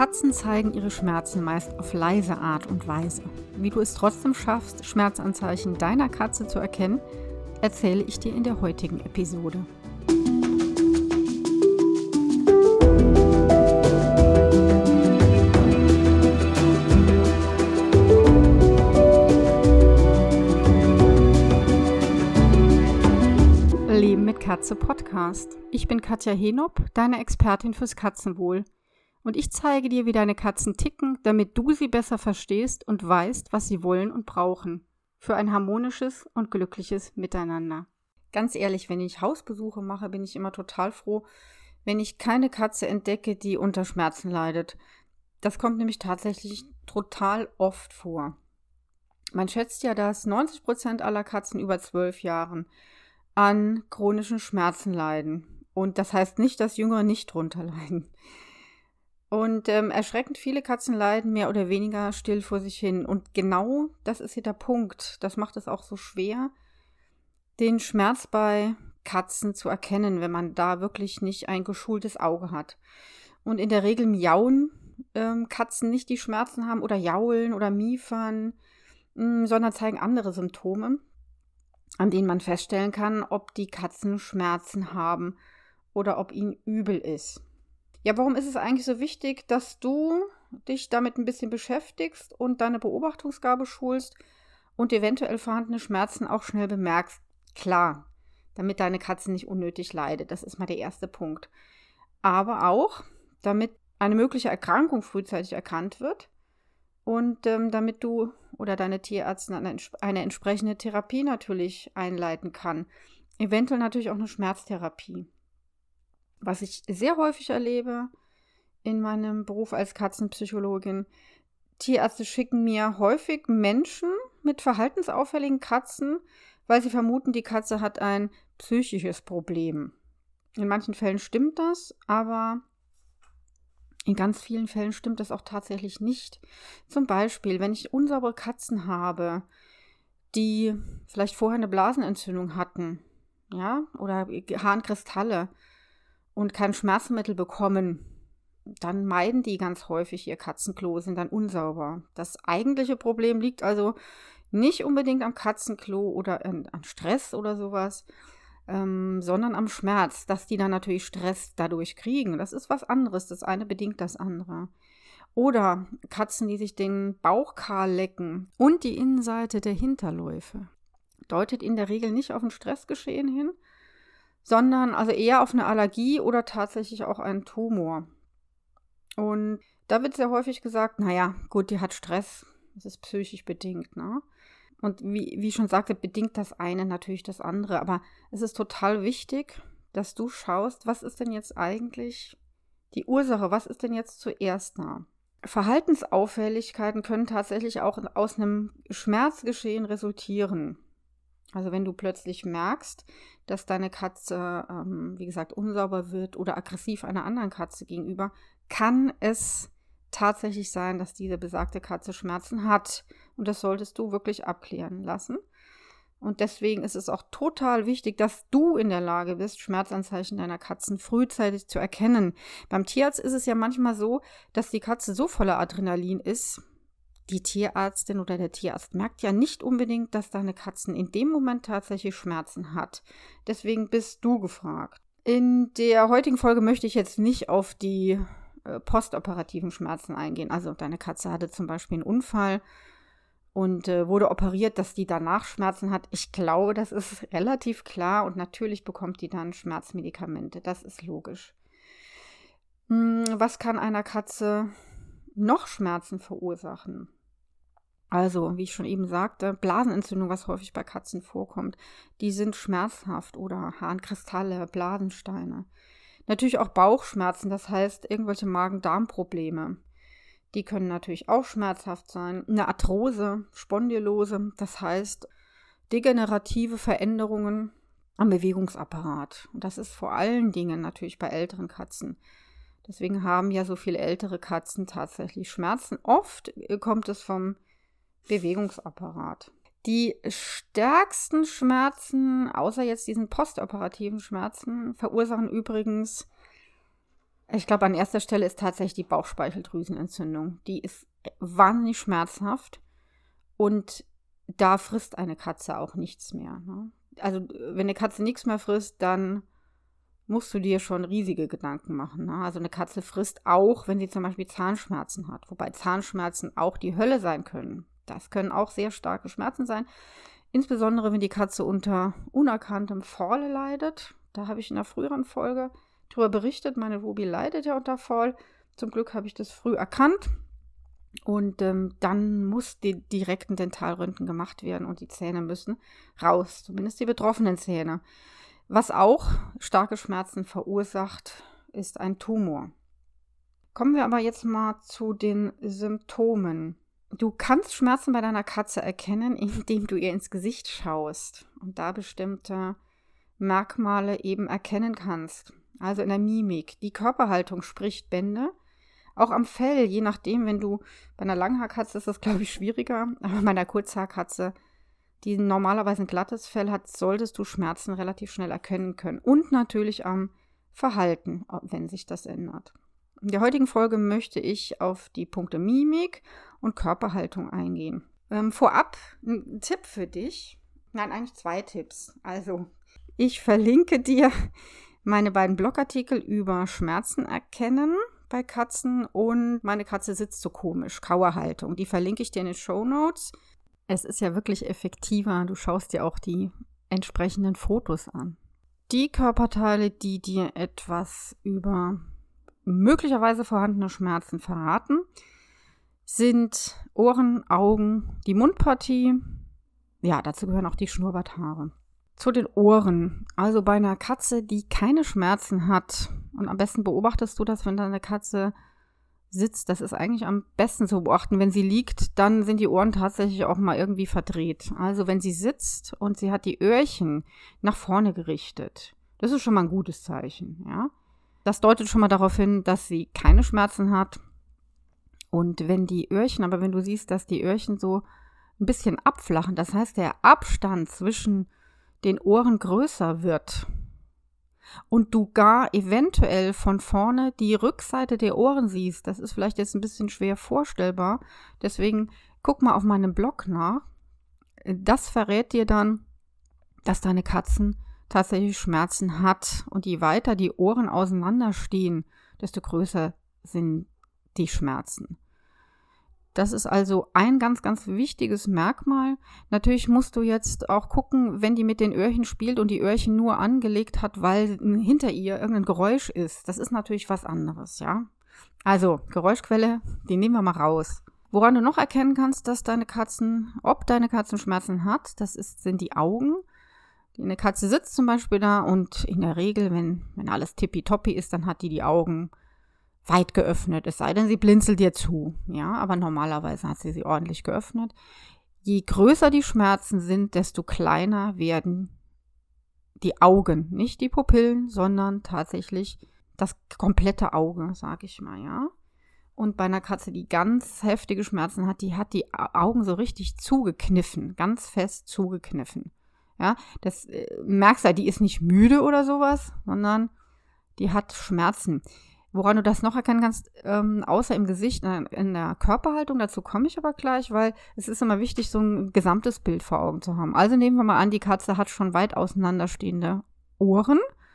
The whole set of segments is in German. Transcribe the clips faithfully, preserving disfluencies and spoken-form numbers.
Katzen zeigen ihre Schmerzen meist auf leise Art und Weise. Wie du es trotzdem schaffst, Schmerzanzeichen deiner Katze zu erkennen, erzähle ich dir in der heutigen Episode. Leben mit Katze Podcast. Ich bin Katja Henop, deine Expertin fürs Katzenwohl. Und ich zeige dir, wie deine Katzen ticken, damit du sie besser verstehst und weißt, was sie wollen und brauchen. Für ein harmonisches und glückliches Miteinander. Ganz ehrlich, wenn ich Hausbesuche mache, bin ich immer total froh, wenn ich keine Katze entdecke, die unter Schmerzen leidet. Das kommt nämlich tatsächlich total oft vor. Man schätzt ja, dass neunzig Prozent aller Katzen über zwölf Jahren an chronischen Schmerzen leiden. Und das heißt nicht, dass Jüngere nicht drunter leiden. Und ähm, erschreckend viele Katzen leiden mehr oder weniger still vor sich hin. Und genau das ist hier der Punkt. Das macht es auch so schwer, den Schmerz bei Katzen zu erkennen, wenn man da wirklich nicht ein geschultes Auge hat. Und in der Regel miauen ähm, Katzen nicht, die Schmerzen haben, oder jaulen oder miefern, mh, sondern zeigen andere Symptome, an denen man feststellen kann, ob die Katzen Schmerzen haben oder ob ihnen übel ist. Ja, warum ist es eigentlich so wichtig, dass du dich damit ein bisschen beschäftigst und deine Beobachtungsgabe schulst und eventuell vorhandene Schmerzen auch schnell bemerkst? Klar, damit deine Katze nicht unnötig leidet. Das ist mal der erste Punkt. Aber auch, damit eine mögliche Erkrankung frühzeitig erkannt wird und ähm, damit du oder deine Tierärztin eine, eine entsprechende Therapie natürlich einleiten kann. Eventuell natürlich auch eine Schmerztherapie. Was ich sehr häufig erlebe in meinem Beruf als Katzenpsychologin, Tierärzte schicken mir häufig Menschen mit verhaltensauffälligen Katzen, weil sie vermuten, die Katze hat ein psychisches Problem. In manchen Fällen stimmt das, aber in ganz vielen Fällen stimmt das auch tatsächlich nicht. Zum Beispiel, wenn ich unsaubere Katzen habe, die vielleicht vorher eine Blasenentzündung hatten, ja, oder Harnkristalle, und kein Schmerzmittel bekommen, dann meiden die ganz häufig ihr Katzenklo, sind dann unsauber. Das eigentliche Problem liegt also nicht unbedingt am Katzenklo oder an, an Stress oder sowas, ähm, sondern am Schmerz, dass die dann natürlich Stress dadurch kriegen. Das ist was anderes, das eine bedingt das andere. Oder Katzen, die sich den Bauch kahl lecken und die Innenseite der Hinterläufe. Deutet in der Regel nicht auf ein Stressgeschehen hin, sondern also eher auf eine Allergie oder tatsächlich auch einen Tumor. Und da wird sehr häufig gesagt, naja, gut, die hat Stress, das ist psychisch bedingt, ne? Und wie, wie ich schon sagte, bedingt das eine natürlich das andere. Aber es ist total wichtig, dass du schaust, was ist denn jetzt eigentlich die Ursache, was ist denn jetzt zuerst da? Verhaltensauffälligkeiten können tatsächlich auch aus einem Schmerzgeschehen resultieren. Also wenn du plötzlich merkst, dass deine Katze, ähm, wie gesagt, unsauber wird oder aggressiv einer anderen Katze gegenüber, kann es tatsächlich sein, dass diese besagte Katze Schmerzen hat. Und das solltest du wirklich abklären lassen. Und deswegen ist es auch total wichtig, dass du in der Lage bist, Schmerzanzeichen deiner Katzen frühzeitig zu erkennen. Beim Tierarzt ist es ja manchmal so, dass die Katze so voller Adrenalin ist, die Tierärztin oder der Tierarzt merkt ja nicht unbedingt, dass deine Katzen in dem Moment tatsächlich Schmerzen hat. Deswegen bist du gefragt. In der heutigen Folge möchte ich jetzt nicht auf die äh, postoperativen Schmerzen eingehen. Also deine Katze hatte zum Beispiel einen Unfall und äh, wurde operiert, dass die danach Schmerzen hat. Ich glaube, das ist relativ klar und natürlich bekommt die dann Schmerzmedikamente. Das ist logisch. Hm, was kann einer Katze noch Schmerzen verursachen? Also, wie ich schon eben sagte, Blasenentzündung, was häufig bei Katzen vorkommt, die sind schmerzhaft oder Harnkristalle, Blasensteine. Natürlich auch Bauchschmerzen, das heißt irgendwelche Magen-Darm-Probleme. Die können natürlich auch schmerzhaft sein. Eine Arthrose, Spondylose, das heißt degenerative Veränderungen am Bewegungsapparat. Und das ist vor allen Dingen natürlich bei älteren Katzen. Deswegen haben ja so viele ältere Katzen tatsächlich Schmerzen. Oft kommt es vom Bewegungsapparat. Die stärksten Schmerzen, außer jetzt diesen postoperativen Schmerzen, verursachen übrigens Ich glaube, an erster Stelle ist tatsächlich die Bauchspeicheldrüsenentzündung. Die ist wahnsinnig schmerzhaft und da frisst eine Katze auch nichts mehr. Ne? Also wenn eine Katze nichts mehr frisst, dann musst du dir schon riesige Gedanken machen. Ne? Also eine Katze frisst auch, wenn sie zum Beispiel Zahnschmerzen hat, wobei Zahnschmerzen auch die Hölle sein können. Das können auch sehr starke Schmerzen sein, insbesondere wenn die Katze unter unerkanntem Fall leidet. Da habe ich in einer früheren Folge darüber berichtet, meine Ruby leidet ja unter Fall. Zum Glück habe ich das früh erkannt und ähm, dann muss die direkten Dentalröntgen gemacht werden und die Zähne müssen raus, zumindest die betroffenen Zähne. Was auch starke Schmerzen verursacht, ist ein Tumor. Kommen wir aber jetzt mal zu den Symptomen. Du kannst Schmerzen bei deiner Katze erkennen, indem du ihr ins Gesicht schaust und da bestimmte Merkmale eben erkennen kannst. Also in der Mimik. Die Körperhaltung spricht Bände. Auch am Fell, je nachdem, wenn du bei einer Langhaarkatze ist das, glaube ich, schwieriger, aber bei einer Kurzhaarkatze, die normalerweise ein glattes Fell hat, solltest du Schmerzen relativ schnell erkennen können. Und natürlich am Verhalten, wenn sich das ändert. In der heutigen Folge möchte ich auf die Punkte Mimik und Körperhaltung eingehen. Ähm, vorab ein Tipp für dich. Nein, eigentlich zwei Tipps. Also, ich verlinke dir meine beiden Blogartikel über Schmerzen erkennen bei Katzen und meine Katze sitzt so komisch, Kauerhaltung. Die verlinke ich dir in den Shownotes. Es ist ja wirklich effektiver. Du schaust dir auch die entsprechenden Fotos an. Die Körperteile, die dir etwas über möglicherweise vorhandene Schmerzen verraten, sind Ohren, Augen, die Mundpartie. Ja, dazu gehören auch die Schnurrbarthaare. Zu den Ohren. Also bei einer Katze, die keine Schmerzen hat, und am besten beobachtest du das, wenn deine Katze sitzt. Das ist eigentlich am besten zu beobachten. Wenn sie liegt, dann sind die Ohren tatsächlich auch mal irgendwie verdreht. Also wenn sie sitzt und sie hat die Öhrchen nach vorne gerichtet, das ist schon mal ein gutes Zeichen, ja. Das deutet schon mal darauf hin, dass sie keine Schmerzen hat. Und wenn die Öhrchen, aber wenn du siehst, dass die Öhrchen so ein bisschen abflachen, das heißt, der Abstand zwischen den Ohren größer wird und du gar eventuell von vorne die Rückseite der Ohren siehst, das ist vielleicht jetzt ein bisschen schwer vorstellbar, deswegen guck mal auf meinem Blog nach. Das verrät dir dann, dass deine Katzen tatsächlich Schmerzen hat und je weiter die Ohren auseinanderstehen, desto größer sind die Schmerzen. Das ist also ein ganz, ganz wichtiges Merkmal. Natürlich musst du jetzt auch gucken, wenn die mit den Öhrchen spielt und die Öhrchen nur angelegt hat, weil hinter ihr irgendein Geräusch ist. Das ist natürlich was anderes, ja. Also, Geräuschquelle, die nehmen wir mal raus. Woran du noch erkennen kannst, dass deine Katzen, ob deine Katzen Schmerzen hat, das ist, sind die Augen. Eine Katze sitzt zum Beispiel da und in der Regel, wenn, wenn alles tippitoppi ist, dann hat die die Augen weit geöffnet, es sei denn, sie blinzelt dir zu. Ja, aber normalerweise hat sie sie ordentlich geöffnet. Je größer die Schmerzen sind, desto kleiner werden die Augen. Nicht die Pupillen, sondern tatsächlich das komplette Auge, sage ich mal, ja. Und bei einer Katze, die ganz heftige Schmerzen hat, die hat die Augen so richtig zugekniffen, ganz fest zugekniffen. Ja, das äh, merkst du, die ist nicht müde oder sowas, sondern die hat Schmerzen. Woran du das noch erkennen kannst, ähm, außer im Gesicht, in, in der Körperhaltung, dazu komme ich aber gleich, weil es ist immer wichtig, so ein gesamtes Bild vor Augen zu haben. Also nehmen wir mal an, die Katze hat schon weit auseinanderstehende Ohren,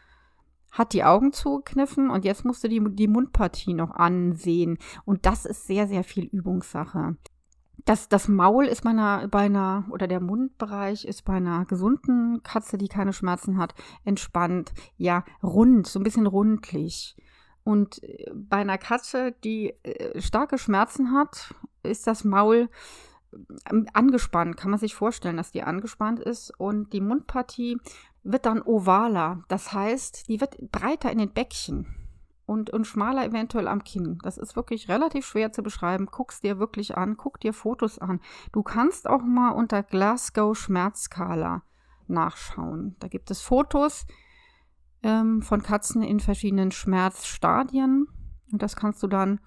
hat die Augen zugekniffen und jetzt musst du die, die Mundpartie noch ansehen. Und das ist sehr, sehr viel Übungssache. Das, das Maul ist bei einer, bei einer, oder der Mundbereich ist bei einer gesunden Katze, die keine Schmerzen hat, entspannt, ja, rund, so ein bisschen rundlich. Und bei einer Katze, die äh, starke Schmerzen hat, ist das Maul äh, angespannt. Kann man sich vorstellen, dass die angespannt ist. Und die Mundpartie wird dann ovaler. Das heißt, die wird breiter in den Bäckchen und, und schmaler eventuell am Kinn. Das ist wirklich relativ schwer zu beschreiben. Guck's dir wirklich an, guck dir Fotos an. Du kannst auch mal unter Glasgow Schmerzskala nachschauen. Da gibt es Fotos von Katzen in verschiedenen Schmerzstadien und das kannst du dann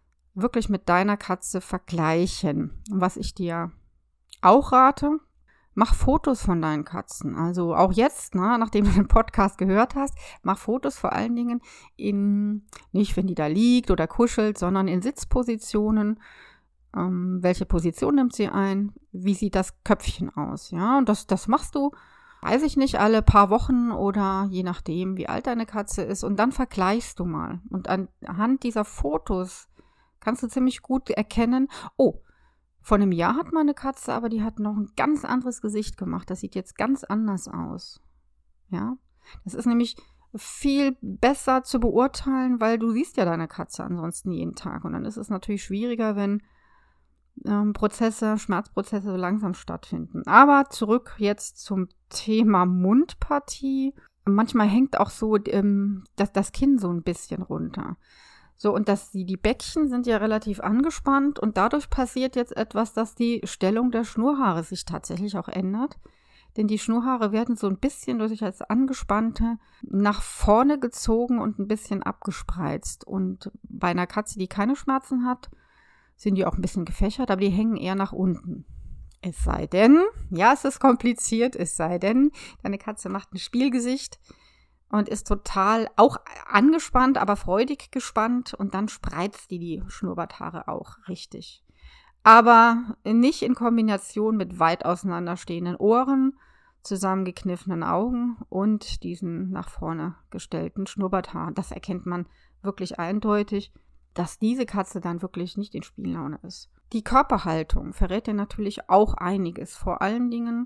wirklich mit deiner Katze vergleichen. Und was ich dir auch rate, Mach Fotos von deinen Katzen. Also auch jetzt, ne, nachdem du den Podcast gehört hast, mach Fotos vor allen Dingen in, nicht wenn die da liegt oder kuschelt, sondern in Sitzpositionen. Ähm, welche Position nimmt sie ein? Wie sieht das Köpfchen aus? Ja, und das, das machst du, weiß ich nicht, alle paar Wochen oder je nachdem, wie alt deine Katze ist. Und dann vergleichst du mal. Und anhand dieser Fotos kannst du ziemlich gut erkennen, oh, vor einem Jahr hat meine Katze, aber die hat noch ein ganz anderes Gesicht gemacht. Das sieht jetzt ganz anders aus. Ja, das ist nämlich viel besser zu beurteilen, weil du siehst ja deine Katze ansonsten jeden Tag. Und dann ist es natürlich schwieriger, wenn ähm, Prozesse, Schmerzprozesse so langsam stattfinden. Aber zurück jetzt zum Thema Mundpartie. Manchmal hängt auch so ähm, das, das Kinn so ein bisschen runter. So, und dass die, die Bäckchen sind ja relativ angespannt und dadurch passiert jetzt etwas, dass die Stellung der Schnurrhaare sich tatsächlich auch ändert. Denn die Schnurrhaare werden so ein bisschen durch das Angespannte nach vorne gezogen und ein bisschen abgespreizt. Und bei einer Katze, die keine Schmerzen hat, sind die auch ein bisschen gefächert, aber die hängen eher nach unten. Es sei denn, ja, es ist kompliziert, es sei denn, deine Katze macht ein Spielgesicht und ist total auch angespannt, aber freudig gespannt und dann spreizt die die Schnurrbarthaare auch richtig. Aber nicht in Kombination mit weit auseinanderstehenden Ohren, zusammengekniffenen Augen und diesen nach vorne gestellten Schnurrbarthaaren. Das erkennt man wirklich eindeutig, dass diese Katze dann wirklich nicht in Spiellaune ist. Die Körperhaltung verrät dir natürlich auch einiges, vor allen Dingen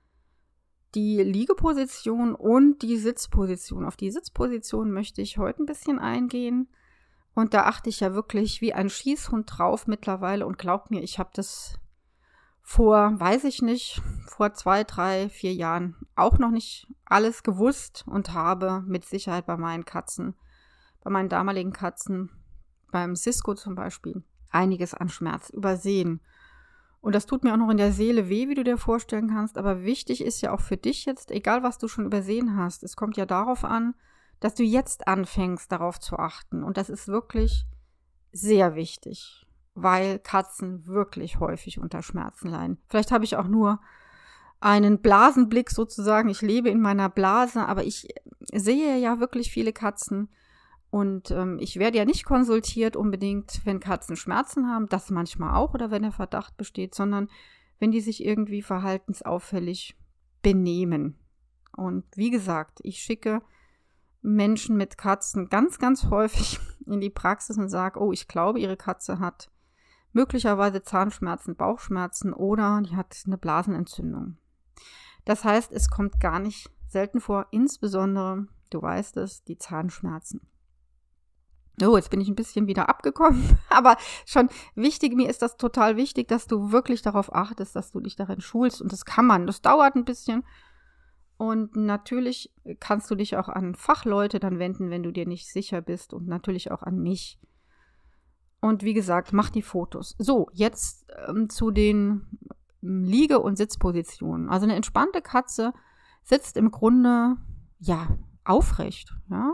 die Liegeposition und die Sitzposition. Auf die Sitzposition möchte ich heute ein bisschen eingehen. Und da achte ich ja wirklich wie ein Schießhund drauf mittlerweile. Und glaub mir, ich habe das vor, weiß ich nicht, vor zwei, drei, vier Jahren auch noch nicht alles gewusst und habe mit Sicherheit bei meinen Katzen, bei meinen damaligen Katzen, beim Cisco zum Beispiel, einiges an Schmerz übersehen. Und das tut mir auch noch in der Seele weh, wie du dir vorstellen kannst. Aber wichtig ist ja auch für dich jetzt, egal was du schon übersehen hast, es kommt ja darauf an, dass du jetzt anfängst, darauf zu achten. Und das ist wirklich sehr wichtig, weil Katzen wirklich häufig unter Schmerzen leiden. Vielleicht habe ich auch nur einen Blasenblick sozusagen. Ich lebe in meiner Blase, aber ich sehe ja wirklich viele Katzen. Und ähm, ich werde ja nicht konsultiert unbedingt, wenn Katzen Schmerzen haben, das manchmal auch oder wenn der Verdacht besteht, sondern wenn die sich irgendwie verhaltensauffällig benehmen. Und wie gesagt, ich schicke Menschen mit Katzen ganz, ganz häufig in die Praxis und sage, oh, ich glaube, ihre Katze hat möglicherweise Zahnschmerzen, Bauchschmerzen oder die hat eine Blasenentzündung. Das heißt, es kommt gar nicht selten vor, insbesondere, du weißt es, die Zahnschmerzen. Oh, jetzt bin ich ein bisschen wieder abgekommen, aber schon wichtig, mir ist das total wichtig, dass du wirklich darauf achtest, dass du dich darin schulst und das kann man, das dauert ein bisschen und natürlich kannst du dich auch an Fachleute dann wenden, wenn du dir nicht sicher bist und natürlich auch an mich. Und wie gesagt, mach die Fotos. So, jetzt ähm, zu den ähm, Liege- und Sitzpositionen. Also eine entspannte Katze sitzt im Grunde, ja, aufrecht, ja.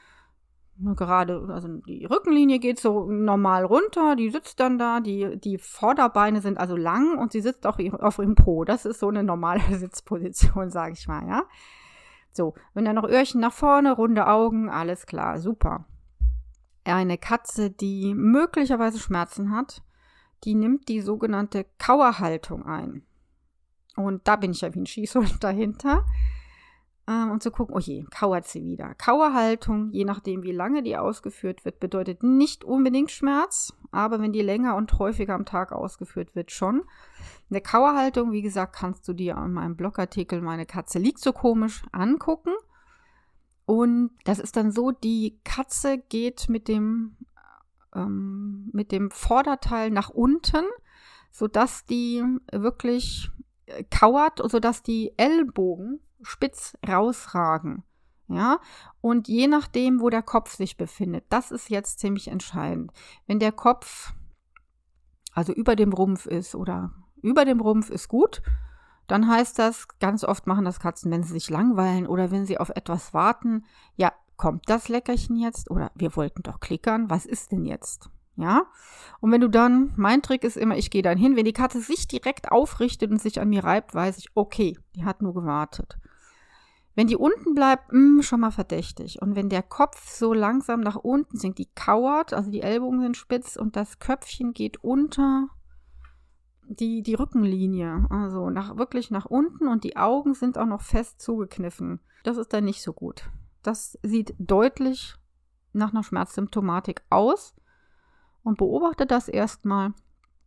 Gerade, also die Rückenlinie geht so normal runter, die sitzt dann da, die, die Vorderbeine sind also lang und sie sitzt auch auf ihrem Po. Das ist so eine normale Sitzposition, sage ich mal, ja. So, wenn dann noch Öhrchen nach vorne, runde Augen, alles klar, super. Eine Katze, die möglicherweise Schmerzen hat, die nimmt die sogenannte Kauerhaltung ein. Und da bin ich ja wie ein Schießhund dahinter. Ähm, und zu gucken, oh je, kauert sie wieder. Kauerhaltung, je nachdem wie lange die ausgeführt wird, bedeutet nicht unbedingt Schmerz, aber wenn die länger und häufiger am Tag ausgeführt wird, schon. Eine Kauerhaltung, wie gesagt, kannst du dir an meinem Blogartikel "Meine Katze liegt so komisch" angucken. Und das ist dann so, die Katze geht mit dem, ähm, mit dem Vorderteil nach unten, sodass die wirklich kauert, sodass die Ellbogen spitz rausragen, ja, und je nachdem, wo der Kopf sich befindet, das ist jetzt ziemlich entscheidend. Wenn der Kopf also über dem Rumpf ist oder über dem Rumpf ist gut, dann heißt das, ganz oft machen das Katzen, wenn sie sich langweilen oder wenn sie auf etwas warten, ja, kommt das Leckerchen jetzt oder wir wollten doch klickern, was ist denn jetzt? Ja, und wenn du dann, mein Trick ist immer, ich gehe dann hin, wenn die Katze sich direkt aufrichtet und sich an mir reibt, weiß ich, okay, die hat nur gewartet. Wenn die unten bleibt, mh, schon mal verdächtig. Und wenn der Kopf so langsam nach unten sinkt, die kauert, also die Ellbogen sind spitz und das Köpfchen geht unter die, die Rückenlinie, also nach, wirklich nach unten und die Augen sind auch noch fest zugekniffen. Das ist dann nicht so gut. Das sieht deutlich nach einer Schmerzsymptomatik aus. Und beobachte das erstmal.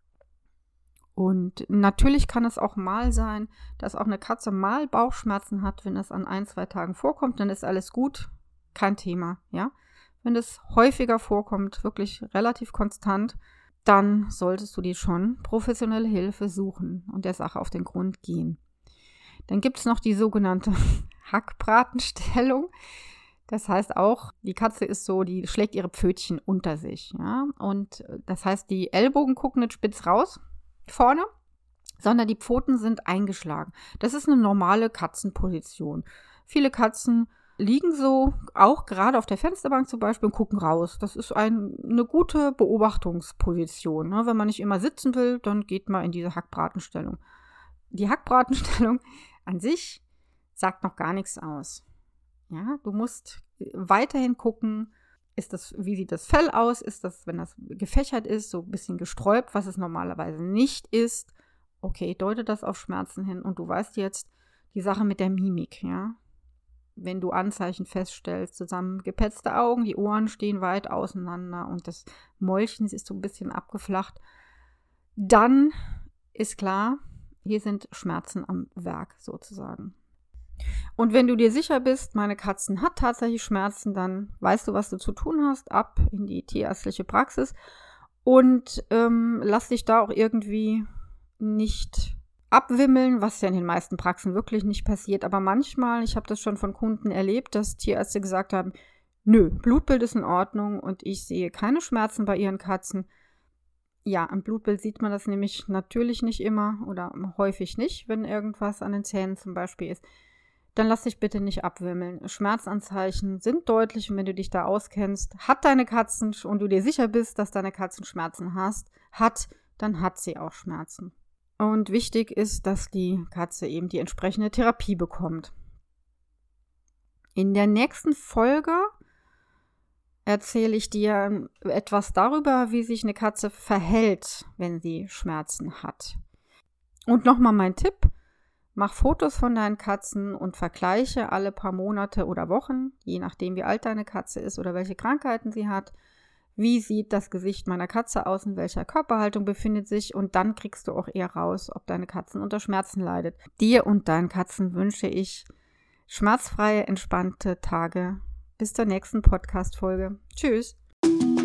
Und natürlich kann es auch mal sein, dass auch eine Katze mal Bauchschmerzen hat, wenn das an ein, zwei Tagen vorkommt, dann ist alles gut, kein Thema, ja. Wenn es häufiger vorkommt, wirklich relativ konstant, dann solltest du dir schon professionelle Hilfe suchen und der Sache auf den Grund gehen. Dann gibt es noch die sogenannte Hackbratenstellung. Das heißt auch, die Katze ist so, die schlägt ihre Pfötchen unter sich, ja. Und das heißt, die Ellbogen gucken nicht spitz raus vorne, sondern die Pfoten sind eingeschlagen. Das ist eine normale Katzenposition. Viele Katzen liegen so, auch gerade auf der Fensterbank zum Beispiel, und gucken raus. Das ist ein, eine gute Beobachtungsposition. Ne? Wenn man nicht immer sitzen will, dann geht man in diese Hackbratenstellung. Die Hackbratenstellung an sich sagt noch gar nichts aus. Ja, du musst weiterhin gucken, ist das, wie sieht das Fell aus? Ist das, wenn das gefächert ist, so ein bisschen gesträubt, was es normalerweise nicht ist? Okay, deutet das auf Schmerzen hin und du weißt jetzt die Sache mit der Mimik, ja? Wenn du Anzeichen feststellst, zusammengepetzte Augen, die Ohren stehen weit auseinander und das Mäulchen ist so ein bisschen abgeflacht, dann ist klar, hier sind Schmerzen am Werk sozusagen. Und wenn du dir sicher bist, meine Katzen hat tatsächlich Schmerzen, dann weißt du, was du zu tun hast, ab in die tierärztliche Praxis und ähm, lass dich da auch irgendwie nicht abwimmeln, was ja in den meisten Praxen wirklich nicht passiert. Aber manchmal, ich habe das schon von Kunden erlebt, dass Tierärzte gesagt haben, nö, Blutbild ist in Ordnung und ich sehe keine Schmerzen bei ihren Katzen. Ja, am Blutbild sieht man das nämlich natürlich nicht immer oder häufig nicht, wenn irgendwas an den Zähnen zum Beispiel ist. Dann lass dich bitte nicht abwimmeln. Schmerzanzeichen sind deutlich und wenn du dich da auskennst, hat deine Katzen und du dir sicher bist, dass deine Katzen Schmerzen hast, hat, dann hat sie auch Schmerzen. Und wichtig ist, dass die Katze eben die entsprechende Therapie bekommt. In der nächsten Folge erzähle ich dir etwas darüber, wie sich eine Katze verhält, wenn sie Schmerzen hat. Und nochmal mein Tipp. Mach Fotos von deinen Katzen und vergleiche alle paar Monate oder Wochen, je nachdem wie alt deine Katze ist oder welche Krankheiten sie hat. Wie sieht das Gesicht meiner Katze aus, in welcher Körperhaltung befindet sich und dann kriegst du auch eher raus, ob deine Katzen unter Schmerzen leidet. Dir und deinen Katzen wünsche ich schmerzfreie, entspannte Tage. Bis zur nächsten Podcast-Folge. Tschüss!